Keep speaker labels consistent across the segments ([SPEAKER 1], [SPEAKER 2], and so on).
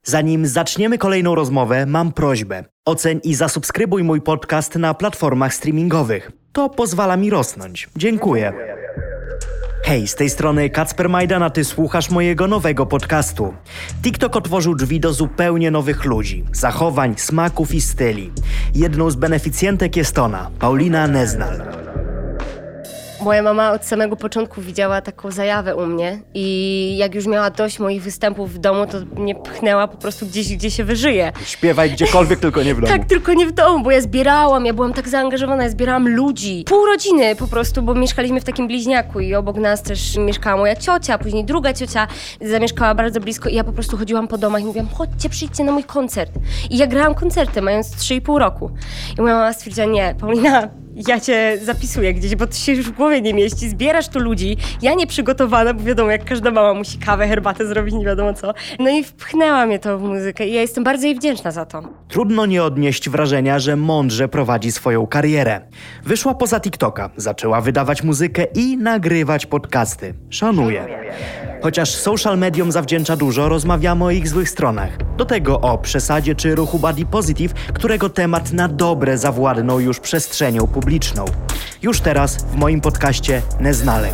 [SPEAKER 1] Zanim zaczniemy kolejną rozmowę, mam prośbę. Oceń i zasubskrybuj mój podcast na platformach streamingowych. To pozwala mi rosnąć. Dziękuję. Hej, z tej strony Kacper Majdan, a ty słuchasz mojego nowego podcastu. TikTok otworzył drzwi do zupełnie nowych ludzi, zachowań, smaków i styli. Jedną z beneficjentek jest ona, Paulina Neznal.
[SPEAKER 2] Moja mama od samego początku widziała taką zajawę u mnie i jak już miała dość moich występów w domu, to mnie pchnęła po prostu gdzieś, gdzie się wyżyje.
[SPEAKER 1] Śpiewaj gdziekolwiek, tylko nie w domu.
[SPEAKER 2] Tak, tylko nie w domu, bo ja byłam tak zaangażowana, ja zbierałam ludzi. Pół rodziny po prostu, bo mieszkaliśmy w takim bliźniaku i obok nas też mieszkała moja ciocia, później druga ciocia zamieszkała bardzo blisko i ja po prostu chodziłam po domach i mówiłam, chodźcie, przyjdźcie na mój koncert. I ja grałam koncerty, mając 3,5 roku. I moja mama stwierdziła, nie, Paulina, ja cię zapisuję gdzieś, bo ty się już w głowie nie mieści, zbierasz tu ludzi, ja nieprzygotowana, bo wiadomo, jak każda mama musi kawę, herbatę zrobić, nie wiadomo co. No i wpchnęła mnie to w muzykę i ja jestem bardzo jej wdzięczna za to.
[SPEAKER 1] Trudno nie odnieść wrażenia, że mądrze prowadzi swoją karierę. Wyszła poza TikToka, zaczęła wydawać muzykę i nagrywać podcasty. Szanuję. Chociaż social mediom zawdzięcza dużo, rozmawiamy o ich złych stronach. Do tego o przesadzie czy ruchu body positive, którego temat na dobre zawładnął już przestrzenią publiczną. Już teraz w moim podcaście Neznalek.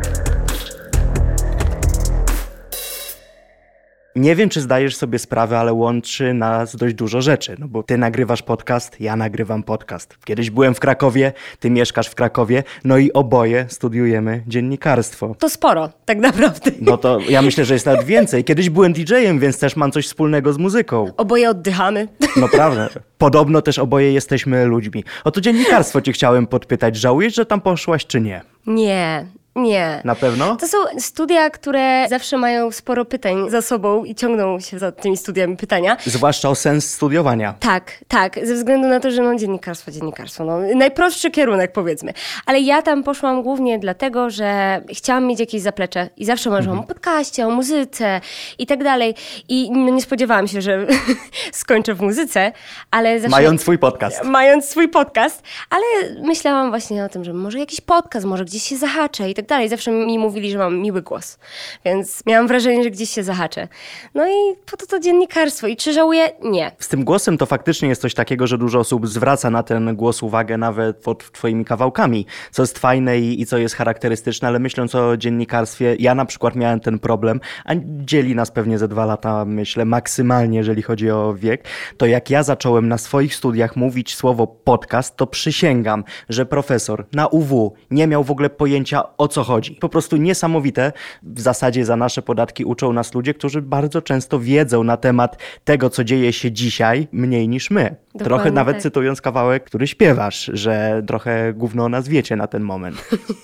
[SPEAKER 1] Nie wiem, czy zdajesz sobie sprawę, ale łączy nas dość dużo rzeczy. No bo ty nagrywasz podcast, ja nagrywam podcast. Kiedyś byłem w Krakowie, ty mieszkasz w Krakowie, no i oboje studiujemy dziennikarstwo.
[SPEAKER 2] To sporo, tak naprawdę.
[SPEAKER 1] No to ja myślę, że jest nawet więcej. Kiedyś byłem DJ-em, więc też mam coś wspólnego z muzyką.
[SPEAKER 2] Oboje oddychamy.
[SPEAKER 1] No prawda. Podobno też oboje jesteśmy ludźmi. O to dziennikarstwo cię chciałem podpytać. Żałujesz, że tam poszłaś, czy nie?
[SPEAKER 2] Nie.
[SPEAKER 1] Na pewno?
[SPEAKER 2] To są studia, które zawsze mają sporo pytań za sobą i ciągną się za tymi studiami pytania.
[SPEAKER 1] Zwłaszcza o sens studiowania.
[SPEAKER 2] Tak, ze względu na to, że dziennikarstwo, najprostszy kierunek powiedzmy. Ale ja tam poszłam głównie dlatego, że chciałam mieć jakieś zaplecze i zawsze marzyłam o podcaście, o muzyce i tak dalej. I nie spodziewałam się, że skończę w muzyce, ale zawsze... Mając swój podcast, ale myślałam właśnie o tym, że może jakiś podcast, może gdzieś się zahaczę i tak dalej. Zawsze mi mówili, że mam miły głos, więc miałam wrażenie, że gdzieś się zahaczę. No i po to dziennikarstwo. I czy żałuję? Nie.
[SPEAKER 1] Z tym głosem to faktycznie jest coś takiego, że dużo osób zwraca na ten głos uwagę nawet pod twoimi kawałkami, co jest fajne i co jest charakterystyczne, ale myśląc o dziennikarstwie, ja na przykład miałem ten problem, a dzieli nas pewnie ze 2 lata, myślę, maksymalnie, jeżeli chodzi o wiek, to jak ja zacząłem na swoich studiach mówić słowo podcast, to przysięgam, że profesor na UW nie miał w ogóle pojęcia, o co chodzi. Po prostu niesamowite. W zasadzie za nasze podatki uczą nas ludzie, którzy bardzo często wiedzą na temat tego, co dzieje się dzisiaj, mniej niż my.
[SPEAKER 2] Dokładnie
[SPEAKER 1] trochę nawet
[SPEAKER 2] tak.
[SPEAKER 1] cytując kawałek, który śpiewasz, że trochę gówno o nas wiecie na ten moment.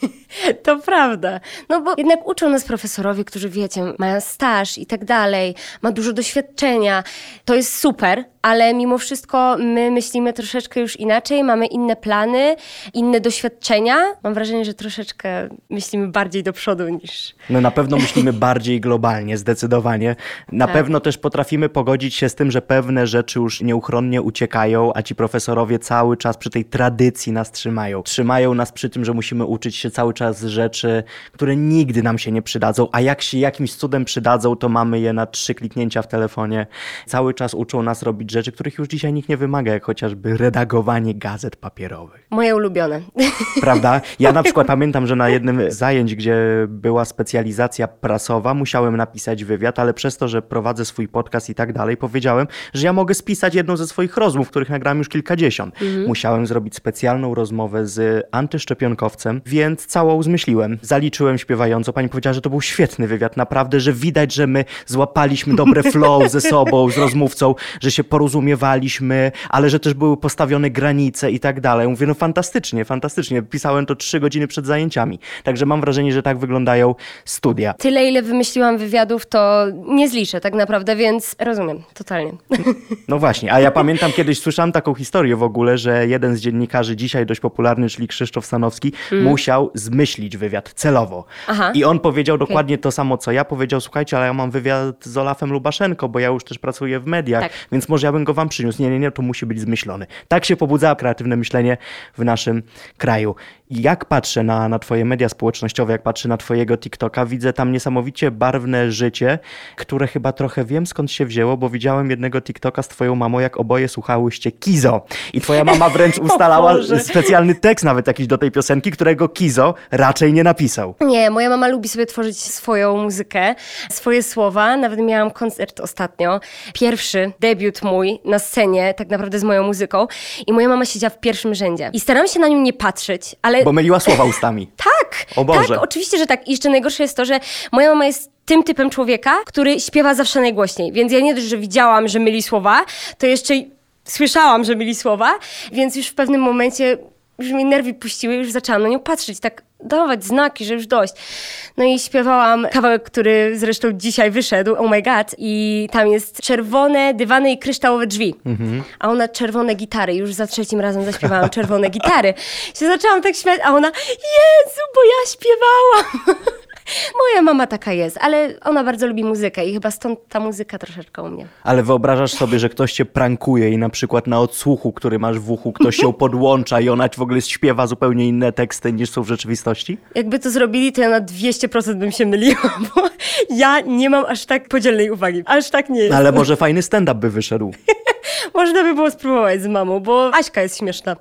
[SPEAKER 2] To prawda. No bo jednak uczą nas profesorowie, którzy wiecie, mają staż i tak dalej, ma dużo doświadczenia. To jest super, ale mimo wszystko my myślimy troszeczkę już inaczej, mamy inne plany, inne doświadczenia. Mam wrażenie, że troszeczkę myślimy bardziej do przodu niż...
[SPEAKER 1] No na pewno myślimy bardziej globalnie, zdecydowanie. Na pewno też potrafimy pogodzić się z tym, że pewne rzeczy już nieuchronnie uciekają, a ci profesorowie cały czas przy tej tradycji nas trzymają. Trzymają nas przy tym, że musimy uczyć się cały czas rzeczy, które nigdy nam się nie przydadzą, a jak się jakimś cudem przydadzą, to mamy je na 3 kliknięcia w telefonie. Cały czas uczą nas robić rzeczy, których już dzisiaj nikt nie wymaga, jak chociażby redagowanie gazet papierowych.
[SPEAKER 2] Moje ulubione.
[SPEAKER 1] Prawda? Ja na przykład pamiętam, że na jednym z zajęć, gdzie była specjalizacja prasowa, musiałem napisać wywiad, ale przez to, że prowadzę swój podcast i tak dalej, powiedziałem, że ja mogę spisać jedną ze swoich rozmów, których nagrałem już kilkadziesiąt. Musiałem zrobić specjalną rozmowę z antyszczepionkowcem, więc całą zmyśliłem. Zaliczyłem śpiewająco. Pani powiedziała, że to był świetny wywiad, naprawdę, że widać, że my złapaliśmy dobre flow ze sobą, z rozmówcą, że się porozumiewaliśmy, ale że też były postawione granice i tak dalej. Mówię, no fantastycznie. Pisałem to 3 godziny przed zajęciami. Także mam wrażenie, że tak wyglądają studia.
[SPEAKER 2] Tyle, ile wymyśliłam wywiadów, to nie zliczę tak naprawdę, więc rozumiem, totalnie.
[SPEAKER 1] No właśnie, a ja pamiętam kiedyś, słyszałem taką historię w ogóle, że jeden z dziennikarzy dzisiaj dość popularny, czyli Krzysztof Stanowski, musiał zmyślić wywiad celowo.
[SPEAKER 2] Aha.
[SPEAKER 1] I on powiedział dokładnie to samo, co ja. Powiedział, słuchajcie, ale ja mam wywiad z Olafem Lubaszenko, bo ja już też pracuję w mediach,
[SPEAKER 2] tak.
[SPEAKER 1] Więc może ja bym go wam przyniósł. Nie, to musi być zmyślony. Tak się pobudza kreatywne myślenie w naszym kraju. Jak patrzę na twoje media społecznościowe, społecznościowe, jak patrzę na twojego TikToka, widzę tam niesamowicie barwne życie, które chyba trochę wiem skąd się wzięło, bo widziałem jednego TikToka z twoją mamą, jak oboje słuchałyście Kizo. I twoja mama wręcz ustalała specjalny tekst nawet jakiś do tej piosenki, którego Kizo raczej nie napisał.
[SPEAKER 2] Nie, moja mama lubi sobie tworzyć swoją muzykę, swoje słowa. Nawet miałam koncert ostatnio. Pierwszy debiut mój na scenie, tak naprawdę z moją muzyką. I moja mama siedziała w pierwszym rzędzie. I starałam się na nią nie patrzeć, ale...
[SPEAKER 1] Bo myliła słowa ustami.
[SPEAKER 2] Tak!
[SPEAKER 1] O Boże.
[SPEAKER 2] Tak, oczywiście, że tak. I jeszcze najgorsze jest to, że moja mama jest tym typem człowieka, który śpiewa zawsze najgłośniej. Więc ja nie dość, że widziałam, że myli słowa, to jeszcze słyszałam, że myli słowa, więc już w pewnym momencie już mi nerwy puściły, już zaczęłam na nią patrzeć, tak dawać znaki, że już dość. No i śpiewałam kawałek, który zresztą dzisiaj wyszedł, Oh My God, i tam jest czerwone dywany i kryształowe drzwi. A ona czerwone gitary. Już za trzecim razem zaśpiewałam czerwone gitary. Się zaczęłam tak śmiać, a ona, Jezu, bo ja śpiewałam. Moja mama taka jest, ale ona bardzo lubi muzykę i chyba stąd ta muzyka troszeczkę u mnie.
[SPEAKER 1] Ale wyobrażasz sobie, że ktoś cię prankuje i na przykład na odsłuchu, który masz w uchu, ktoś się podłącza i ona w ogóle śpiewa zupełnie inne teksty niż są w rzeczywistości?
[SPEAKER 2] Jakby to zrobili, to ja na 200% bym się myliła, bo ja nie mam aż tak podzielnej uwagi. Aż tak nie jest.
[SPEAKER 1] Ale może fajny stand-up by wyszedł.
[SPEAKER 2] Można by było spróbować z mamą, bo Aśka jest śmieszna.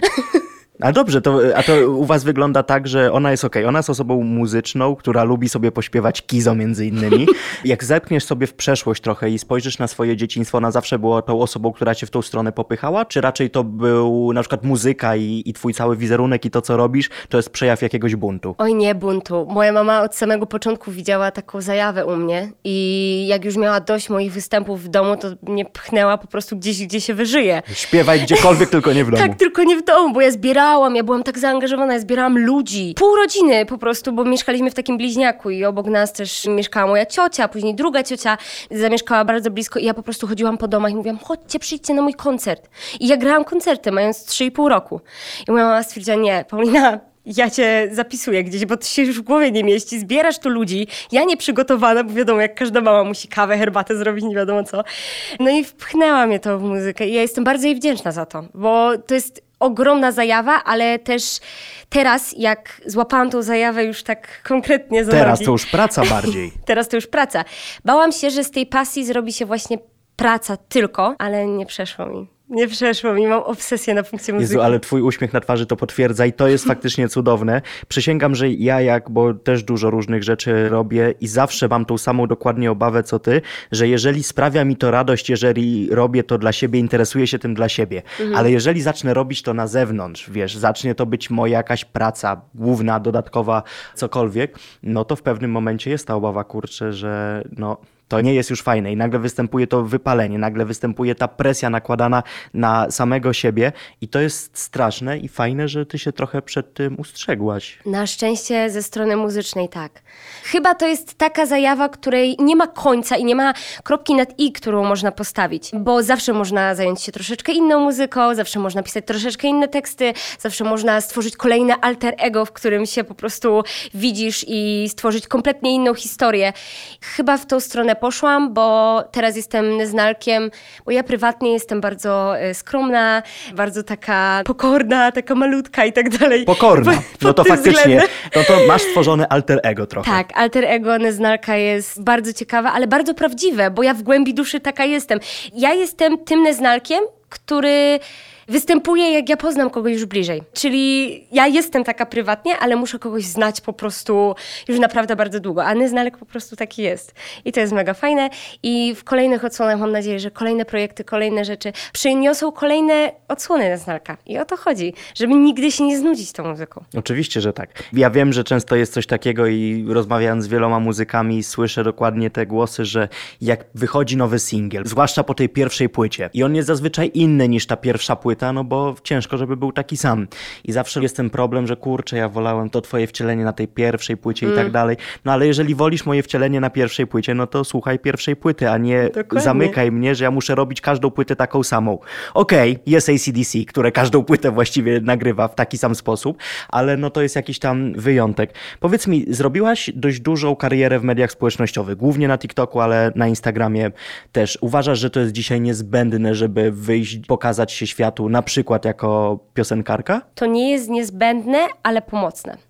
[SPEAKER 1] A dobrze, a to u was wygląda tak, że ona jest okej. Ona jest osobą muzyczną, która lubi sobie pośpiewać Kizo między innymi. Jak zerkniesz sobie w przeszłość trochę i spojrzysz na swoje dzieciństwo, ona zawsze była tą osobą, która cię w tą stronę popychała? Czy raczej to był na przykład muzyka i twój cały wizerunek i to, co robisz, to jest przejaw jakiegoś buntu?
[SPEAKER 2] Oj nie, buntu. Moja mama od samego początku widziała taką zajawę u mnie i jak już miała dość moich występów w domu, to mnie pchnęła po prostu gdzieś, gdzie się wyżyje.
[SPEAKER 1] Śpiewaj gdziekolwiek, tylko nie w domu.
[SPEAKER 2] Tak, tylko nie w domu, bo ja byłam tak zaangażowana, ja zbierałam ludzi. Pół rodziny po prostu, bo mieszkaliśmy w takim bliźniaku i obok nas też mieszkała moja ciocia, później druga ciocia zamieszkała bardzo blisko i ja po prostu chodziłam po domach i mówiłam, chodźcie, przyjdźcie na mój koncert. I ja grałam koncerty, mając 3,5 roku. I moja mama stwierdziła, nie, Paulina, ja cię zapisuję gdzieś, bo to się już w głowie nie mieści. Zbierasz tu ludzi, ja nieprzygotowana, bo wiadomo, jak każda mama musi kawę, herbatę zrobić, nie wiadomo co. No i wpchnęła mnie to w muzykę i ja jestem bardzo jej wdzięczna za to, bo to jest ogromna zajawa, ale też teraz, jak złapałam tą zajawę już tak konkretnie za
[SPEAKER 1] Teraz
[SPEAKER 2] nogi,
[SPEAKER 1] to już praca bardziej.
[SPEAKER 2] Teraz to już praca. Bałam się, że z tej pasji zrobi się właśnie praca tylko, ale nie przeszło mi. Nie przeszło mi, mam obsesję na funkcję muzyki.
[SPEAKER 1] Jezu, ale twój uśmiech na twarzy to potwierdza i to jest faktycznie cudowne. Przysięgam, że bo też dużo różnych rzeczy robię i zawsze mam tą samą dokładnie obawę co ty, że jeżeli sprawia mi to radość, jeżeli robię to dla siebie, interesuję się tym dla siebie, ale jeżeli zacznę robić to na zewnątrz, zacznie to być moja jakaś praca główna, dodatkowa, cokolwiek, no to w pewnym momencie jest ta obawa, kurczę, że to nie jest już fajne i nagle występuje to wypalenie, nagle występuje ta presja nakładana na samego siebie i to jest straszne i fajne, że ty się trochę przed tym ustrzegłaś.
[SPEAKER 2] Na szczęście ze strony muzycznej tak. Chyba to jest taka zajawa, której nie ma końca i nie ma kropki nad i, którą można postawić, bo zawsze można zająć się troszeczkę inną muzyką, zawsze można pisać troszeczkę inne teksty, zawsze można stworzyć kolejne alter ego, w którym się po prostu widzisz i stworzyć kompletnie inną historię. Chyba w tą stronę poszłam, bo teraz jestem neznalkiem, bo ja prywatnie jestem bardzo skromna, bardzo taka pokorna, taka malutka i tak dalej.
[SPEAKER 1] Pokorna, no to faktycznie,
[SPEAKER 2] względem.
[SPEAKER 1] no to masz stworzone alter ego trochę.
[SPEAKER 2] Tak, alter ego neznalka jest bardzo ciekawe, ale bardzo prawdziwe, bo ja w głębi duszy taka jestem. Ja jestem tym neznalkiem, który występuje, jak ja poznam kogoś już bliżej. Czyli ja jestem taka prywatnie, ale muszę kogoś znać po prostu już naprawdę bardzo długo. A neznalek po prostu taki jest. I to jest mega fajne. I w kolejnych odsłonach mam nadzieję, że kolejne projekty, kolejne rzeczy przyniosą kolejne odsłony neznalka. I o to chodzi, żeby nigdy się nie znudzić tą muzyką.
[SPEAKER 1] Oczywiście, że tak. Ja wiem, że często jest coś takiego i rozmawiając z wieloma muzykami słyszę dokładnie te głosy, że jak wychodzi nowy singiel, zwłaszcza po tej pierwszej płycie i on jest zazwyczaj inny niż ta pierwsza płyta, no bo ciężko, żeby był taki sam. I zawsze jest ten problem, że kurczę, ja wolałem to twoje wcielenie na tej pierwszej płycie i tak dalej. No ale jeżeli wolisz moje wcielenie na pierwszej płycie, no to słuchaj pierwszej płyty, a nie zamykaj mnie, że ja muszę robić każdą płytę taką samą. Okej, jest AC/DC, które każdą płytę właściwie nagrywa w taki sam sposób, ale no to jest jakiś tam wyjątek. Powiedz mi, zrobiłaś dość dużą karierę w mediach społecznościowych, głównie na TikToku, ale na Instagramie też. Uważasz, że to jest dzisiaj niezbędne, żeby wyjść, pokazać się światu, na przykład jako piosenkarka?
[SPEAKER 2] To nie jest niezbędne, ale pomocne.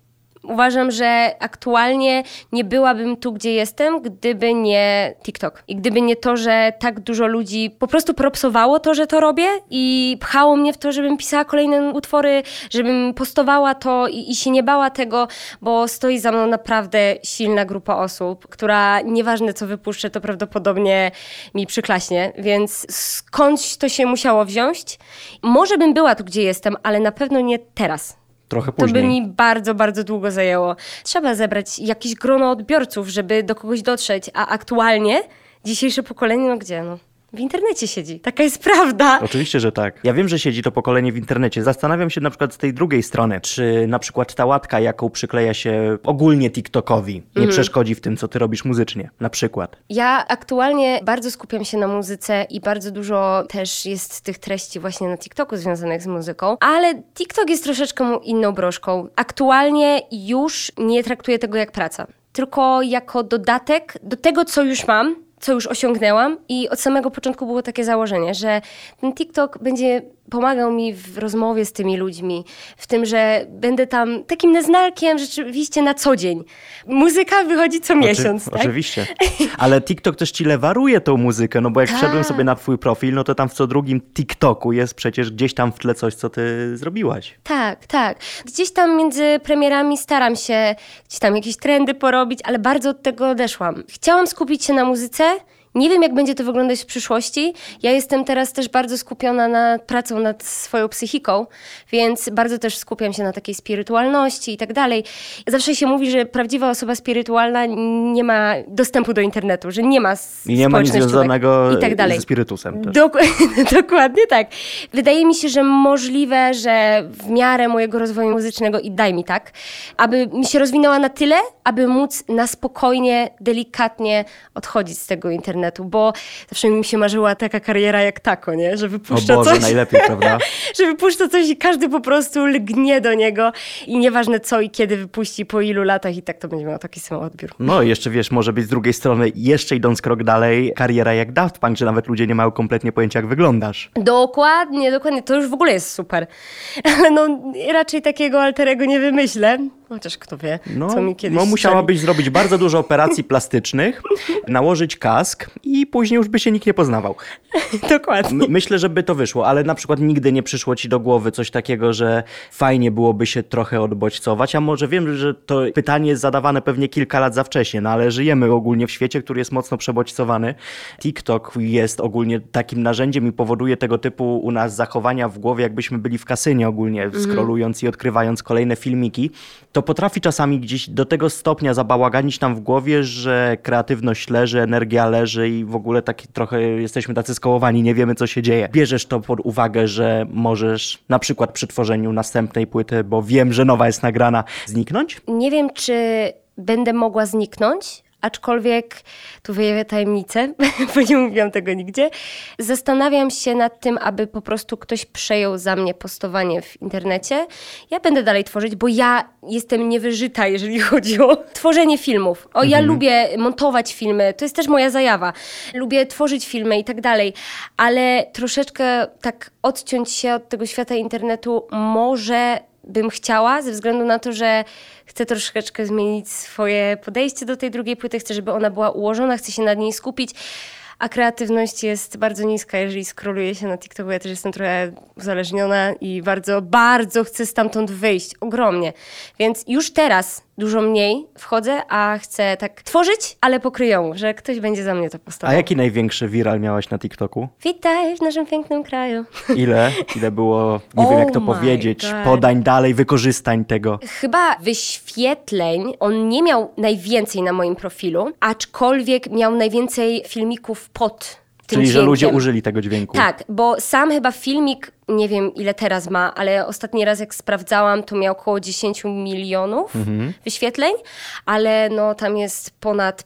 [SPEAKER 2] Uważam, że aktualnie nie byłabym tu, gdzie jestem, gdyby nie TikTok. I gdyby nie to, że tak dużo ludzi po prostu propsowało to, że to robię i pchało mnie w to, żebym pisała kolejne utwory, żebym postowała to i się nie bała tego, bo stoi za mną naprawdę silna grupa osób, która nieważne co wypuszczę, to prawdopodobnie mi przyklaśnie, więc skądś to się musiało wziąć. Może bym była tu, gdzie jestem, ale na pewno nie teraz.
[SPEAKER 1] Trochę później.
[SPEAKER 2] To by mi bardzo, bardzo długo zajęło. Trzeba zebrać jakieś grono odbiorców, żeby do kogoś dotrzeć, a aktualnie dzisiejsze pokolenie, no gdzie? No, w internecie siedzi. Taka jest prawda.
[SPEAKER 1] Oczywiście, że tak. Ja wiem, że siedzi to pokolenie w internecie. Zastanawiam się na przykład z tej drugiej strony, czy na przykład ta łatka, jaką przykleja się ogólnie TikTokowi, nie przeszkodzi w tym, co ty robisz muzycznie, na przykład.
[SPEAKER 2] Ja aktualnie bardzo skupiam się na muzyce i bardzo dużo też jest tych treści właśnie na TikToku związanych z muzyką, ale TikTok jest troszeczkę inną broszką. Aktualnie już nie traktuję tego jak praca, tylko jako dodatek do tego, co już mam, co już osiągnęłam i od samego początku było takie założenie, że ten TikTok będzie pomagał mi w rozmowie z tymi ludźmi, w tym, że będę tam takim neznalkiem rzeczywiście na co dzień. Muzyka wychodzi co miesiąc, tak?
[SPEAKER 1] Oczywiście. Ale TikTok też ci lewaruje tą muzykę, no bo jak wszedłem sobie na twój profil, no to tam w co drugim TikToku jest przecież gdzieś tam w tle coś, co ty zrobiłaś.
[SPEAKER 2] Tak, tak. Gdzieś tam między premierami staram się gdzieś tam jakieś trendy porobić, ale bardzo od tego odeszłam. Chciałam skupić się na muzyce. Nie wiem, jak będzie to wyglądać w przyszłości. Ja jestem teraz też bardzo skupiona nad pracą nad swoją psychiką, więc bardzo też skupiam się na takiej spirytualności i tak dalej. Zawsze się mówi, że prawdziwa osoba spirytualna nie ma dostępu do internetu, że nie ma
[SPEAKER 1] i nie ma nic związanego
[SPEAKER 2] i tak dalej.
[SPEAKER 1] ze spirytusem też.
[SPEAKER 2] Dokładnie tak. Wydaje mi się, że możliwe, że w miarę mojego rozwoju muzycznego i daj mi tak, aby mi się rozwinęła na tyle, aby móc na spokojnie, delikatnie odchodzić z tego internetu, bo zawsze mi się marzyła taka kariera jak Tako, nie? Że wypuszcza
[SPEAKER 1] o Boże,
[SPEAKER 2] coś,
[SPEAKER 1] najlepiej, prawda?
[SPEAKER 2] że wypuszcza coś i każdy po prostu lgnie do niego i nieważne co i kiedy wypuści, po ilu latach i tak to będzie miał taki sam odbiór.
[SPEAKER 1] No i jeszcze wiesz, może być z drugiej strony, jeszcze idąc krok dalej, kariera jak Daft Punk, że nawet ludzie nie mają kompletnie pojęcia, jak wyglądasz.
[SPEAKER 2] Dokładnie, to już w ogóle jest super. Ale no raczej takiego alterego nie wymyślę. Chociaż kto wie, co mi kiedyś
[SPEAKER 1] musiałabyś zrobić bardzo dużo operacji plastycznych, nałożyć kask i później już by się nikt nie poznawał.
[SPEAKER 2] Dokładnie.
[SPEAKER 1] Myślę, że by to wyszło, ale na przykład nigdy nie przyszło ci do głowy coś takiego, że fajnie byłoby się trochę odbodźcować, a może wiem, że to pytanie jest zadawane pewnie kilka lat za wcześnie, no ale żyjemy ogólnie w świecie, który jest mocno przebodźcowany. TikTok jest ogólnie takim narzędziem i powoduje tego typu u nas zachowania w głowie, jakbyśmy byli w kasynie ogólnie, scrollując i odkrywając kolejne filmiki. To potrafi czasami gdzieś do tego stopnia zabałaganić nam w głowie, że kreatywność leży, energia leży i w ogóle tak trochę jesteśmy tacy skołowani, nie wiemy co się dzieje. Bierzesz to pod uwagę, że możesz na przykład przy tworzeniu następnej płyty, bo wiem, że nowa jest nagrana, zniknąć?
[SPEAKER 2] Nie wiem, czy będę mogła zniknąć, aczkolwiek tu wyjawię tajemnicę, bo nie mówiłam tego nigdzie. Zastanawiam się nad tym, aby po prostu ktoś przejął za mnie postowanie w internecie. Ja będę dalej tworzyć, bo ja jestem niewyżyta, jeżeli chodzi o tworzenie filmów. Ja lubię montować filmy, to jest też moja zajawa. Lubię tworzyć filmy i tak dalej, ale troszeczkę tak odciąć się od tego świata internetu może bym chciała, ze względu na to, że chcę troszeczkę zmienić swoje podejście do tej drugiej płyty, chcę, żeby ona była ułożona, chcę się nad niej skupić, a kreatywność jest bardzo niska, jeżeli scrolluję się na TikToku. Ja też jestem trochę uzależniona i bardzo, bardzo chcę stamtąd wyjść, ogromnie. Więc już teraz dużo mniej wchodzę, a chcę tak tworzyć, ale po kryjomu, że ktoś będzie za mnie to postawił.
[SPEAKER 1] A jaki największy viral miałaś na TikToku?
[SPEAKER 2] Witaj w naszym pięknym kraju.
[SPEAKER 1] Ile? Ile było, nie wiem jak to powiedzieć, podań dalej, wykorzystań tego?
[SPEAKER 2] Chyba wyświetleń on nie miał najwięcej na moim profilu, aczkolwiek miał najwięcej filmików pod tym
[SPEAKER 1] Czyli,
[SPEAKER 2] dźwiękiem.
[SPEAKER 1] że ludzie użyli tego dźwięku.
[SPEAKER 2] Tak, bo sam chyba filmik, nie wiem ile teraz ma, ale ostatni raz jak sprawdzałam, to miał około 10 milionów wyświetleń, ale no tam jest ponad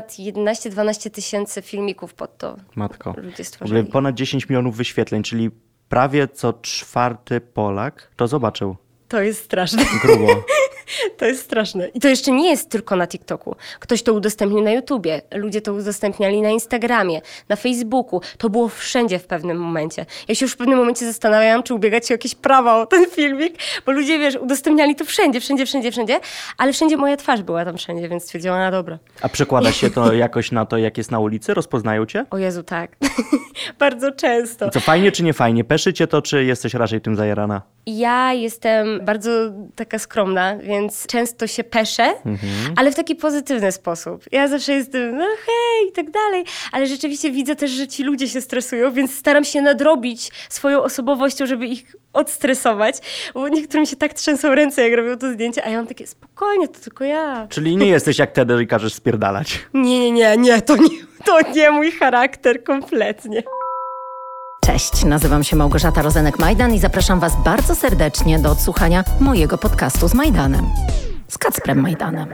[SPEAKER 2] 11-12 tysięcy filmików pod to.
[SPEAKER 1] Matko.
[SPEAKER 2] Ludzie
[SPEAKER 1] W
[SPEAKER 2] stworzyli.
[SPEAKER 1] ogóle ponad 10 milionów wyświetleń, czyli prawie co czwarty Polak to zobaczył.
[SPEAKER 2] To jest straszne.
[SPEAKER 1] Grubo.
[SPEAKER 2] To jest straszne. I to jeszcze nie jest tylko na TikToku. Ktoś to udostępnił na YouTubie, ludzie to udostępniali na Instagramie, na Facebooku. To było wszędzie w pewnym momencie. Ja się już w pewnym momencie zastanawiałam, czy ubiegać się o jakieś prawa o ten filmik, bo ludzie, wiesz, udostępniali to wszędzie, ale wszędzie moja twarz była tam wszędzie, więc stwierdziłam, a dobra.
[SPEAKER 1] A przekłada się to jakoś na to, jak jest na ulicy? Rozpoznają cię?
[SPEAKER 2] O Jezu, tak. Bardzo często.
[SPEAKER 1] I co, fajnie czy nie fajnie? Peszy cię to, czy jesteś raczej tym zajarana?
[SPEAKER 2] Ja jestem bardzo taka skromna, więc często się peszę, ale w taki pozytywny sposób. Ja zawsze jestem, no hej i tak dalej, ale rzeczywiście widzę też, że ci ludzie się stresują, więc staram się nadrobić swoją osobowością, żeby ich odstresować, bo niektórym się tak trzęsą ręce, jak robią to zdjęcie, a ja mam takie, spokojnie, to tylko ja.
[SPEAKER 1] Czyli nie jesteś jak Teder i każesz spierdalać.
[SPEAKER 2] Nie, to nie mój charakter kompletnie.
[SPEAKER 3] Cześć, nazywam się Małgorzata Rozenek-Majdan i zapraszam Was bardzo serdecznie do odsłuchania mojego podcastu z Majdanem. Z Kacprem Majdanem.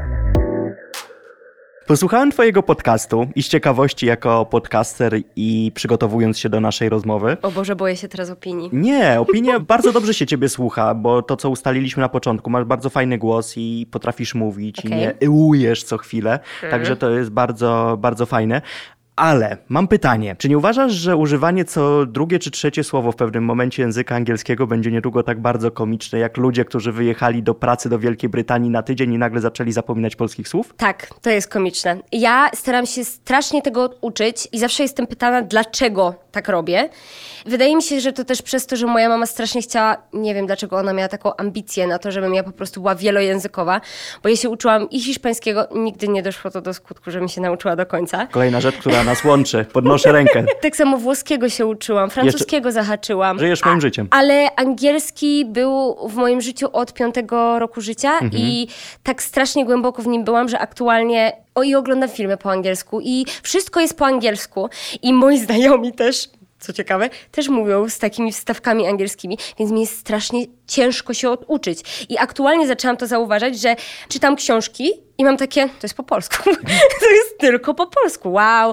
[SPEAKER 1] Posłuchałem twojego podcastu i z ciekawości jako podcaster i przygotowując się do naszej rozmowy.
[SPEAKER 2] O Boże, boję się teraz opinii.
[SPEAKER 1] Nie, opinie bardzo dobrze się ciebie słucha, bo to, co ustaliliśmy na początku, masz bardzo fajny głos i potrafisz mówić i nie ełujesz co chwilę, także to jest bardzo, bardzo fajne. Ale mam pytanie, czy nie uważasz, że używanie co drugie czy trzecie słowo w pewnym momencie języka angielskiego będzie niedługo tak bardzo komiczne, jak ludzie, którzy wyjechali do pracy do Wielkiej Brytanii na tydzień i nagle zaczęli zapominać polskich słów?
[SPEAKER 2] Tak, to jest komiczne. Ja staram się strasznie tego uczyć i zawsze jestem pytana, dlaczego tak robię. Wydaje mi się, że to też przez to, że moja mama strasznie chciała, nie wiem dlaczego ona miała taką ambicję na to, żebym ja po prostu była wielojęzykowa, bo ja się uczyłam i hiszpańskiego, nigdy nie doszło to do skutku, żebym się nauczyła do końca.
[SPEAKER 1] Kolejna rzecz, która nas łączy. Podnoszę rękę.
[SPEAKER 2] Tak samo włoskiego się uczyłam, francuskiego zahaczyłam.
[SPEAKER 1] Żyjesz moim życiem.
[SPEAKER 2] Ale angielski był w moim życiu od 5 roku życia i tak strasznie głęboko w nim byłam, że aktualnie i oglądam filmy po angielsku i wszystko jest po angielsku i moi znajomi też, co ciekawe, też mówią z takimi wstawkami angielskimi, więc mi jest strasznie ciężko się oduczyć. I aktualnie zaczęłam to zauważać, że czytam książki i mam takie, to jest po polsku, to jest tylko po polsku, wow.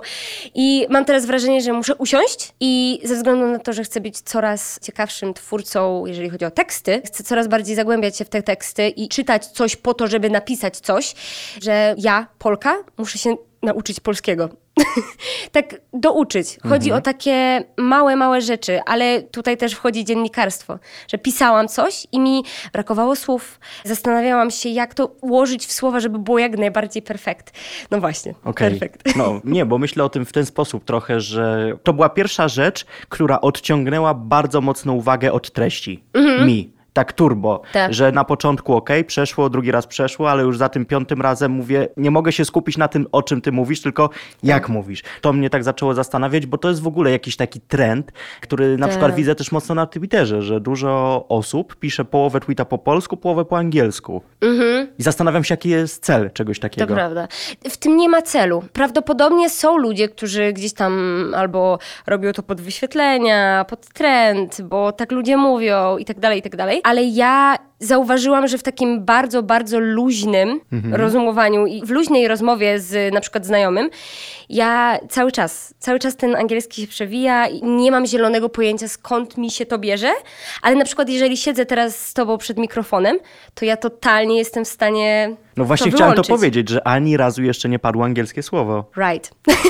[SPEAKER 2] I mam teraz wrażenie, że muszę usiąść i ze względu na to, że chcę być coraz ciekawszym twórcą, jeżeli chodzi o teksty, chcę coraz bardziej zagłębiać się w te teksty i czytać coś po to, żeby napisać coś, że ja, Polka, muszę się nauczyć polskiego. Tak douczyć. Chodzi o takie małe rzeczy, ale tutaj też wchodzi dziennikarstwo, że pisałam coś i mi brakowało słów. Zastanawiałam się, jak to ułożyć w słowa, żeby było jak najbardziej perfekt. No właśnie, perfekt.
[SPEAKER 1] No nie, bo myślę o tym w ten sposób trochę, że to była pierwsza rzecz, która odciągnęła bardzo mocno uwagę od treści. Mi. Tak turbo, że na początku przeszło, drugi raz przeszło, ale już za tym 5. razem mówię, nie mogę się skupić na tym, o czym ty mówisz, tylko jak mówisz. To mnie tak zaczęło zastanawiać, bo to jest w ogóle jakiś taki trend, który na przykład widzę też mocno na Twitterze, że dużo osób pisze połowę tweeta po polsku, połowę po angielsku. I zastanawiam się, jaki jest cel czegoś takiego.
[SPEAKER 2] To prawda. W tym nie ma celu. Prawdopodobnie są ludzie, którzy gdzieś tam albo robią to pod wyświetlenia, pod trend, bo tak ludzie mówią i tak dalej. Ale ja zauważyłam, że w takim bardzo, bardzo luźnym rozumowaniu i w luźnej rozmowie z na przykład znajomym, ja cały czas ten angielski się przewija i nie mam zielonego pojęcia, skąd mi się to bierze, ale na przykład jeżeli siedzę teraz z tobą przed mikrofonem, to ja totalnie jestem w stanie
[SPEAKER 1] No właśnie chciałem to powiedzieć, że ani razu jeszcze nie padło angielskie słowo.
[SPEAKER 2] Right.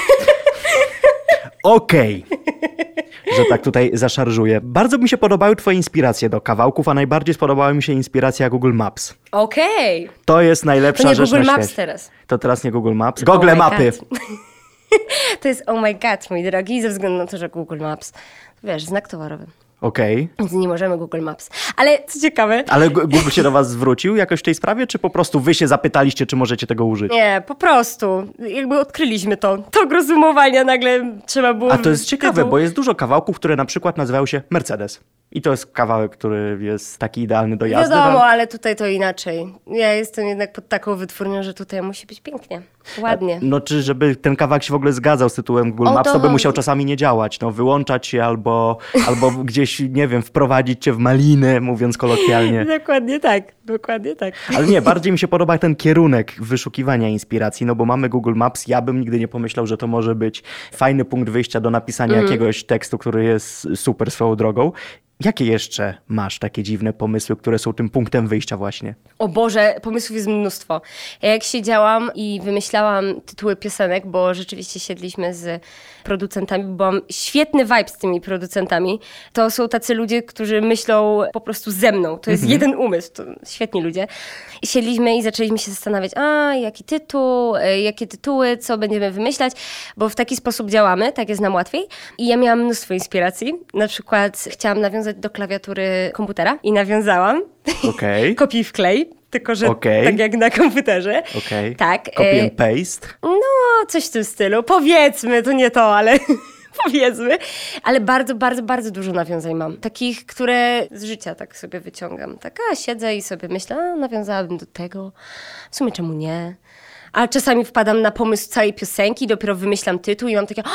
[SPEAKER 1] Okej. Że tak tutaj zaszarżuję. Bardzo mi się podobały twoje inspiracje do kawałków, a najbardziej spodobała mi się inspiracja Google Maps.
[SPEAKER 2] Okej.
[SPEAKER 1] To jest najlepsza rzecz
[SPEAKER 2] Google
[SPEAKER 1] na
[SPEAKER 2] Maps
[SPEAKER 1] świecie.
[SPEAKER 2] teraz.
[SPEAKER 1] To teraz nie Google Maps. Google Mapy.
[SPEAKER 2] To jest oh my god, mój drogi, ze względu na to, że Google Maps, wiesz, znak towarowy.
[SPEAKER 1] Okej.
[SPEAKER 2] Więc nie możemy Google Maps. Ale co ciekawe...
[SPEAKER 1] Ale Google się do was zwrócił jakoś w tej sprawie, czy po prostu wy się zapytaliście, czy możecie tego użyć?
[SPEAKER 2] Nie, po prostu. Jakby odkryliśmy to. To rozumowania nagle trzeba było...
[SPEAKER 1] A to jest ciekawe, bo jest dużo kawałków, które na przykład nazywają się Mercedes. I to jest kawałek, który jest taki idealny do jazdy.
[SPEAKER 2] Wiadomo, ale tutaj to inaczej. Ja jestem jednak pod taką wytwórnią, że tutaj musi być pięknie, ładnie.
[SPEAKER 1] No czy żeby ten kawałek się w ogóle zgadzał z tytułem Google Maps, to by musiał czasami nie działać. No wyłączać się albo gdzieś, nie wiem, wprowadzić cię w maliny, mówiąc kolokwialnie.
[SPEAKER 2] Dokładnie tak.
[SPEAKER 1] Ale nie, bardziej mi się podoba ten kierunek wyszukiwania inspiracji, no bo mamy Google Maps. Ja bym nigdy nie pomyślał, że to może być fajny punkt wyjścia do napisania jakiegoś tekstu, który jest super swoją drogą. Jakie jeszcze masz takie dziwne pomysły, które są tym punktem wyjścia właśnie?
[SPEAKER 2] O Boże, pomysłów jest mnóstwo. Ja jak siedziałam i wymyślałam tytuły piosenek, bo rzeczywiście siedliśmy z producentami, byłam świetny vibe z tymi producentami. To są tacy ludzie, którzy myślą po prostu ze mną. To jest jeden umysł, to świetni ludzie. I siedliśmy i zaczęliśmy się zastanawiać, jaki tytuł, jakie tytuły, co będziemy wymyślać, bo w taki sposób działamy, tak jest nam łatwiej. I ja miałam mnóstwo inspiracji. Na przykład chciałam nawiązać do klawiatury komputera i nawiązałam.
[SPEAKER 1] Okej.
[SPEAKER 2] Kopiuj wklej, tylko że tak jak na komputerze.
[SPEAKER 1] Okej.
[SPEAKER 2] Tak.
[SPEAKER 1] Copy and paste.
[SPEAKER 2] No, coś w tym stylu. Powiedzmy, to nie to, ale powiedzmy. Ale bardzo, bardzo, bardzo dużo nawiązań mam. Takich, które z życia tak sobie wyciągam. Tak, siedzę i sobie myślę, nawiązałabym do tego. W sumie czemu nie? A czasami wpadam na pomysł całej piosenki, dopiero wymyślam tytuł i mam takie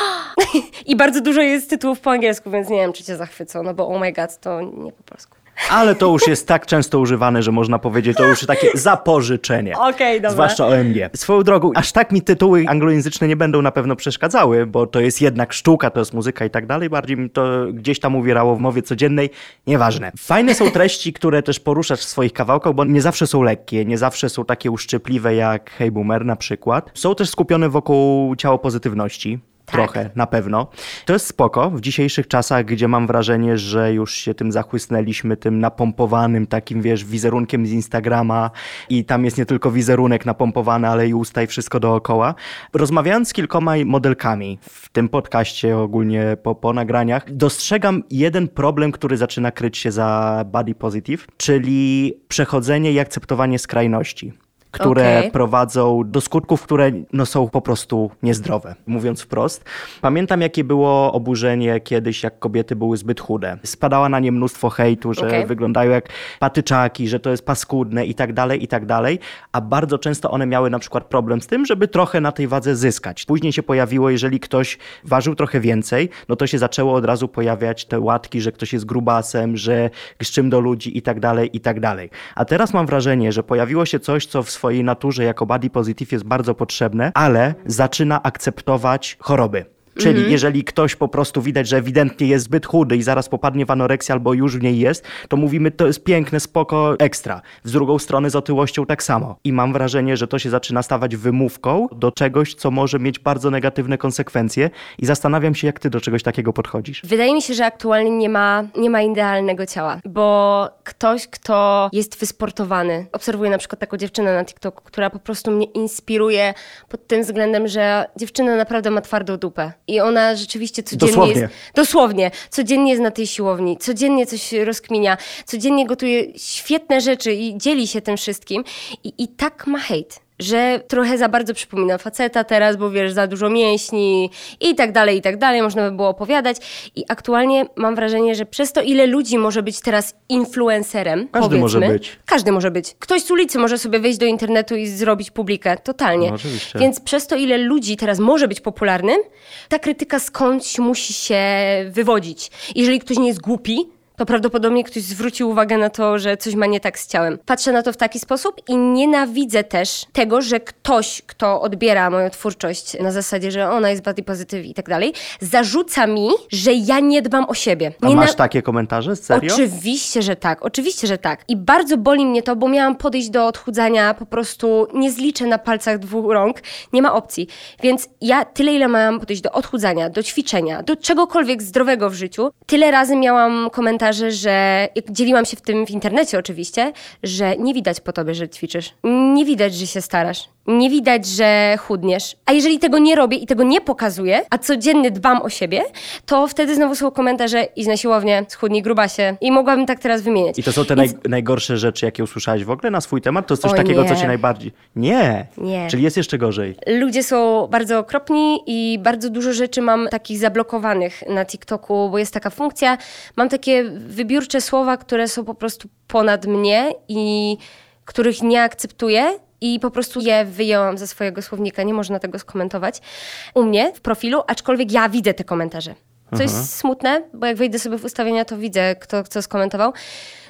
[SPEAKER 2] I bardzo dużo jest tytułów po angielsku, więc nie wiem, czy cię zachwycą, no bo oh my god, to nie po polsku.
[SPEAKER 1] Ale to już jest tak często używane, że można powiedzieć, to już takie zapożyczenie.
[SPEAKER 2] Okej, dobra.
[SPEAKER 1] Zwłaszcza OMG. Swoją drogą, aż tak mi tytuły anglojęzyczne nie będą na pewno przeszkadzały, bo to jest jednak sztuka, to jest muzyka i tak dalej. Bardziej mi to gdzieś tam uwierało w mowie codziennej. Nieważne. Fajne są treści, które też poruszasz w swoich kawałkach, bo nie zawsze są lekkie, nie zawsze są takie uszczypliwe jak Hey Boomer na przykład. Są też skupione wokół ciało pozytywności. Trochę, na pewno. To jest spoko w dzisiejszych czasach, gdzie mam wrażenie, że już się tym zachłysnęliśmy, tym napompowanym takim, wizerunkiem z Instagrama i tam jest nie tylko wizerunek napompowany, ale i usta i wszystko dookoła. Rozmawiając z kilkoma modelkami w tym podcaście, ogólnie po nagraniach, dostrzegam jeden problem, który zaczyna kryć się za body positive, czyli przechodzenie i akceptowanie skrajności, które prowadzą do skutków, które są po prostu niezdrowe, mówiąc wprost. Pamiętam, jakie było oburzenie kiedyś, jak kobiety były zbyt chude. Spadała na nie mnóstwo hejtu, że wyglądają jak patyczaki, że to jest paskudne i tak dalej, a bardzo często one miały na przykład problem z tym, żeby trochę na tej wadze zyskać. Później się pojawiło, jeżeli ktoś ważył trochę więcej, no to się zaczęło od razu pojawiać te łatki, że ktoś jest grubasem, że grzczym do ludzi i tak dalej. A teraz mam wrażenie, że pojawiło się coś, co w swojej naturze jako body positive jest bardzo potrzebne, ale zaczyna akceptować choroby. Czyli jeżeli ktoś po prostu widać, że ewidentnie jest zbyt chudy i zaraz popadnie w anoreksję albo już w niej jest, to mówimy, to jest piękne, spoko, ekstra. Z drugą strony z otyłością tak samo. I mam wrażenie, że to się zaczyna stawać wymówką do czegoś, co może mieć bardzo negatywne konsekwencje i zastanawiam się, jak ty do czegoś takiego podchodzisz.
[SPEAKER 2] Wydaje mi się, że aktualnie nie ma idealnego ciała, bo ktoś, kto jest wysportowany, obserwuję na przykład taką dziewczynę na TikToku, która po prostu mnie inspiruje pod tym względem, że dziewczyna naprawdę ma twardą dupę. I ona rzeczywiście codziennie Dosłownie. Codziennie jest na tej siłowni, codziennie coś rozkminia, codziennie gotuje świetne rzeczy i dzieli się tym wszystkim. I tak ma hejt, że trochę za bardzo przypomina faceta teraz, bo wiesz, za dużo mięśni i tak dalej, można by było opowiadać. I aktualnie mam wrażenie, że przez to, ile ludzi może być teraz influencerem,
[SPEAKER 1] Każdy może być.
[SPEAKER 2] Każdy może być. Ktoś z ulicy może sobie wejść do internetu i zrobić publikę, totalnie.
[SPEAKER 1] No, oczywiście.
[SPEAKER 2] Więc przez to, ile ludzi teraz może być popularnym, ta krytyka skądś musi się wywodzić. Jeżeli ktoś nie jest głupi, to prawdopodobnie ktoś zwrócił uwagę na to, że coś ma nie tak z ciałem. Patrzę na to w taki sposób i nienawidzę też tego, że ktoś, kto odbiera moją twórczość na zasadzie, że ona jest body positive i tak dalej, zarzuca mi, że ja nie dbam o siebie.
[SPEAKER 1] A masz takie komentarze? Serio?
[SPEAKER 2] Oczywiście, że tak. I bardzo boli mnie to, bo miałam podejść do odchudzania, po prostu nie zliczę na palcach 2 rąk, nie ma opcji. Więc ja tyle, ile miałam podejść do odchudzania, do ćwiczenia, do czegokolwiek zdrowego w życiu, tyle razy miałam komentarze, że jak dzieliłam się w tym w internecie oczywiście, że nie widać po tobie, że ćwiczysz. Nie widać, że się starasz. Nie widać, że chudniesz. A jeżeli tego nie robię i tego nie pokazuję, a codziennie dbam o siebie, to wtedy znowu są komentarze: idź na siłownię, schudnij, grubasie. I mogłabym tak teraz wymieniać.
[SPEAKER 1] I to są te najgorsze rzeczy, jakie usłyszałaś w ogóle na swój temat? To jest coś takiego, co cię najbardziej... Nie. Czyli jest jeszcze gorzej.
[SPEAKER 2] Ludzie są bardzo okropni i bardzo dużo rzeczy mam takich zablokowanych na TikToku, bo jest taka funkcja. Mam takie wybiórcze słowa, które są po prostu ponad mnie i których nie akceptuję. I po prostu je wyjęłam ze swojego słownika, nie można tego skomentować u mnie w profilu, aczkolwiek ja widzę te komentarze. Co jest smutne, bo jak wejdę sobie w ustawienia, to widzę, kto skomentował.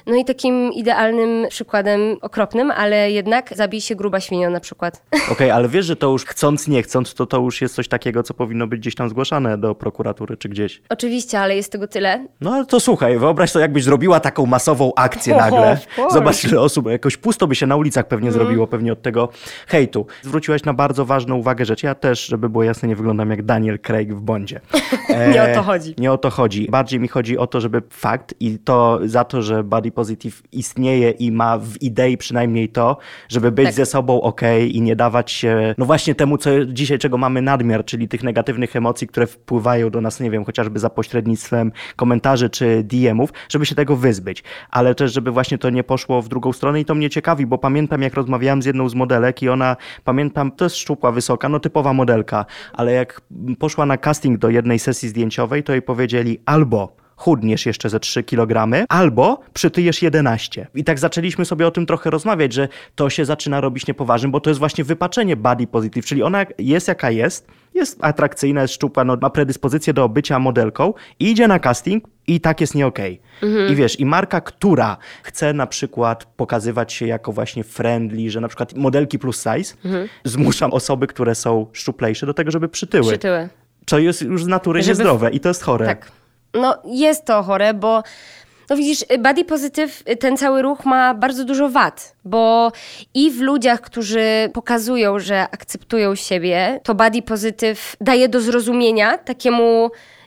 [SPEAKER 2] No i takim idealnym przykładem, okropnym, ale jednak zabij się gruba świnio na przykład.
[SPEAKER 1] Okej, ale wiesz, że to już chcąc, nie chcąc, to już jest coś takiego, co powinno być gdzieś tam zgłaszane do prokuratury czy gdzieś.
[SPEAKER 2] Oczywiście, ale jest tego tyle.
[SPEAKER 1] No ale to słuchaj, wyobraź sobie, jakbyś zrobiła taką masową akcję nagle. Zobacz, ile osób, jakoś pusto by się na ulicach pewnie zrobiło, pewnie od tego hejtu. Zwróciłaś na bardzo ważną uwagę rzecz. Ja też, żeby było jasne, nie wyglądam jak Daniel Craig w Bondzie.
[SPEAKER 2] Nie o to chodzi.
[SPEAKER 1] Nie o to chodzi. Bardziej mi chodzi o to, żeby fakt i to za to, że body positive istnieje i ma w idei przynajmniej to, żeby być ze sobą okej i nie dawać się, no właśnie temu, co dzisiaj, czego mamy nadmiar, czyli tych negatywnych emocji, które wpływają do nas, nie wiem, chociażby za pośrednictwem komentarzy czy DM-ów, żeby się tego wyzbyć. Ale też, żeby właśnie to nie poszło w drugą stronę i to mnie ciekawi, bo pamiętam, jak rozmawiałam z jedną z modelek i ona, pamiętam, to jest szczupła, wysoka, no typowa modelka, ale jak poszła na casting do jednej sesji zdjęciowej, to jej powiedzieli albo chudniesz jeszcze ze 3 kg, albo przytyjesz 11. I tak zaczęliśmy sobie o tym trochę rozmawiać, że to się zaczyna robić niepoważnym, bo to jest właśnie wypaczenie body positive, czyli ona jest jaka jest atrakcyjna, jest szczupła, no, ma predyspozycję do bycia modelką i idzie na casting i tak jest nie okej. I wiesz, i marka, która chce na przykład pokazywać się jako właśnie friendly, że na przykład modelki plus size, zmuszam osoby, które są szczuplejsze do tego, żeby przytyły. Co jest już z natury niezdrowe i to jest chore.
[SPEAKER 2] Tak. No jest to chore, bo no widzisz, body positive, ten cały ruch ma bardzo dużo wad, bo i w ludziach, którzy pokazują, że akceptują siebie, to body positive daje do zrozumienia takiemu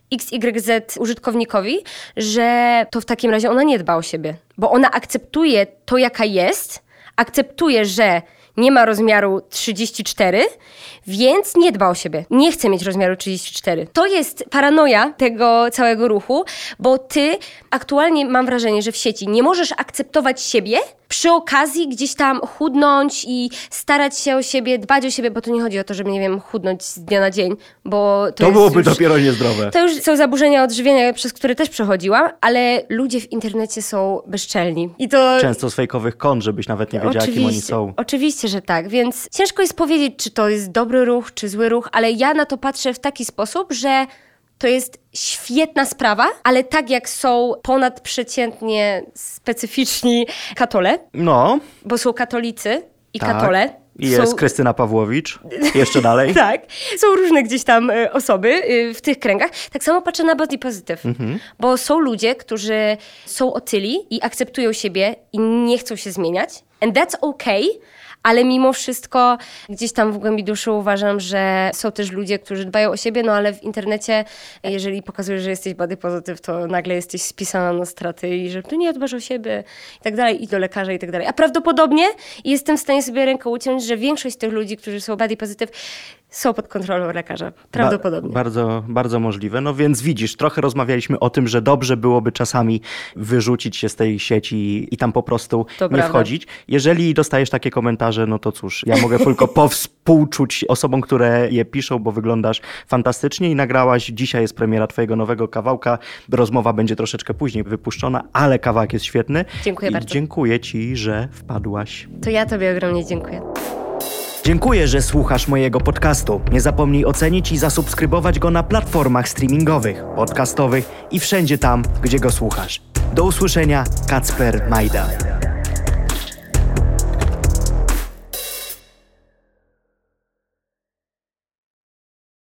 [SPEAKER 2] XYZ użytkownikowi, że to w takim razie ona nie dba o siebie, bo ona akceptuje to, jaka jest, akceptuje, że nie ma rozmiaru 34, więc nie dba o siebie. Nie chce mieć rozmiaru 34. To jest paranoja tego całego ruchu, bo ty aktualnie mam wrażenie, że w sieci nie możesz akceptować siebie, przy okazji gdzieś tam chudnąć i starać się o siebie, dbać o siebie, bo to nie chodzi o to, żeby, nie wiem, chudnąć z dnia na dzień, bo to
[SPEAKER 1] byłoby
[SPEAKER 2] już,
[SPEAKER 1] dopiero niezdrowe.
[SPEAKER 2] To już są zaburzenia odżywiania, przez które też przechodziłam, ale ludzie w internecie są bezczelni. I to
[SPEAKER 1] często z fejkowych kont, żebyś nawet nie wiedziała, kim oni są.
[SPEAKER 2] Oczywiście, że tak, więc ciężko jest powiedzieć, czy to jest dobry ruch, czy zły ruch, ale ja na to patrzę w taki sposób, że to jest świetna sprawa, ale tak jak są ponadprzeciętnie specyficzni katole, bo są katolicy i katole.
[SPEAKER 1] I jest Krystyna Pawłowicz, jeszcze dalej.
[SPEAKER 2] Tak, są różne gdzieś tam osoby w tych kręgach. Tak samo patrzę na body positive, bo są ludzie, którzy są otyli i akceptują siebie i nie chcą się zmieniać. And that's okay. Ale mimo wszystko gdzieś tam w głębi duszy uważam, że są też ludzie, którzy dbają o siebie, no ale w internecie, jeżeli pokazujesz, że jesteś body positive, to nagle jesteś spisana na straty i że ty nie dbasz o siebie i tak dalej, i do lekarza i tak dalej. A prawdopodobnie jestem w stanie sobie ręką uciąć, że większość tych ludzi, którzy są body positive, są pod kontrolą lekarza. Prawdopodobnie.
[SPEAKER 1] Bardzo, bardzo możliwe. No więc widzisz, trochę rozmawialiśmy o tym, że dobrze byłoby czasami wyrzucić się z tej sieci i tam po prostu nie wchodzić. Jeżeli dostajesz takie komentarze, no to cóż, ja mogę tylko powspółczuć osobom, które je piszą, bo wyglądasz fantastycznie i nagrałaś. Dzisiaj jest premiera twojego nowego kawałka. Rozmowa będzie troszeczkę później wypuszczona, ale kawałek jest świetny.
[SPEAKER 2] Dziękuję bardzo.
[SPEAKER 1] Dziękuję ci, że wpadłaś.
[SPEAKER 2] To ja tobie ogromnie dziękuję.
[SPEAKER 1] Dziękuję, że słuchasz mojego podcastu. Nie zapomnij ocenić i zasubskrybować go na platformach streamingowych, podcastowych i wszędzie tam, gdzie go słuchasz. Do usłyszenia, Kacper Majdan.